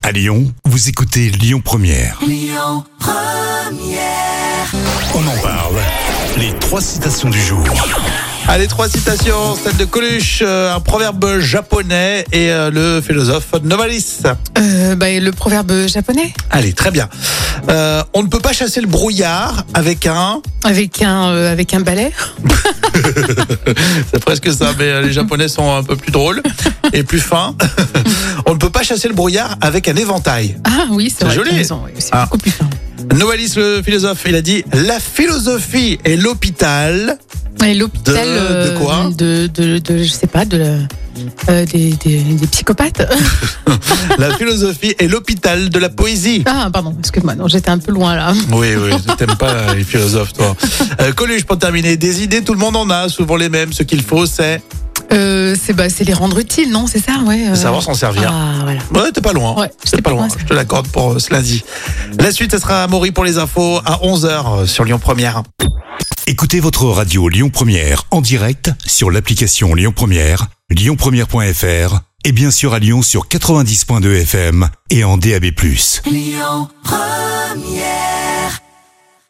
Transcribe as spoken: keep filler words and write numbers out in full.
À Lyon, vous écoutez Lyon Première. Lyon Première. On en parle. Les trois citations du jour. Allez, trois citations, celle de Coluche, euh, un proverbe japonais et euh, le philosophe Novalis. Euh, bah, le proverbe japonais. Allez, très bien. Euh, on ne peut pas chasser le brouillard avec un... Avec un, euh, avec un balai. C'est presque ça, mais euh, les Japonais sont un peu plus drôles et plus fins. On ne peut pas chasser le brouillard avec un éventail. Ah oui, c'est, C'est vrai. joli. t'as raison, oui, c'est Ah. beaucoup plus fin. Novalis, le philosophe, il a dit « La philosophie est l'hôpital Et l'hôpital. De- de quoi de, de, de, je sais pas, de la- euh, des, des, des psychopathes. La philosophie est l'hôpital de la poésie. » Ah, pardon, excuse-moi, non, j'étais un peu loin là. Oui, oui, t'aimes pas les philosophes, toi. Euh, Coluche, pour terminer, des idées, tout le monde en a, souvent les mêmes. Ce qu'il faut, c'est Euh, c'est, bah, c'est les rendre utiles, non? C'est ça, ouais. euh. savoir s'en servir. Ah, voilà. Ouais, t'es pas loin. Ouais, t'es j'étais pas pas loin. loin, ça. Je te l'accorde pour euh, ce lundi. La suite, ce sera Amaury pour les infos à onze heures sur Lyon Première. Écoutez votre radio Lyon Première en direct sur l'application Lyon Première, lyon première point f r et bien sûr à Lyon sur quatre-vingt-dix point deux F M et en D A B plus. Lyon Première.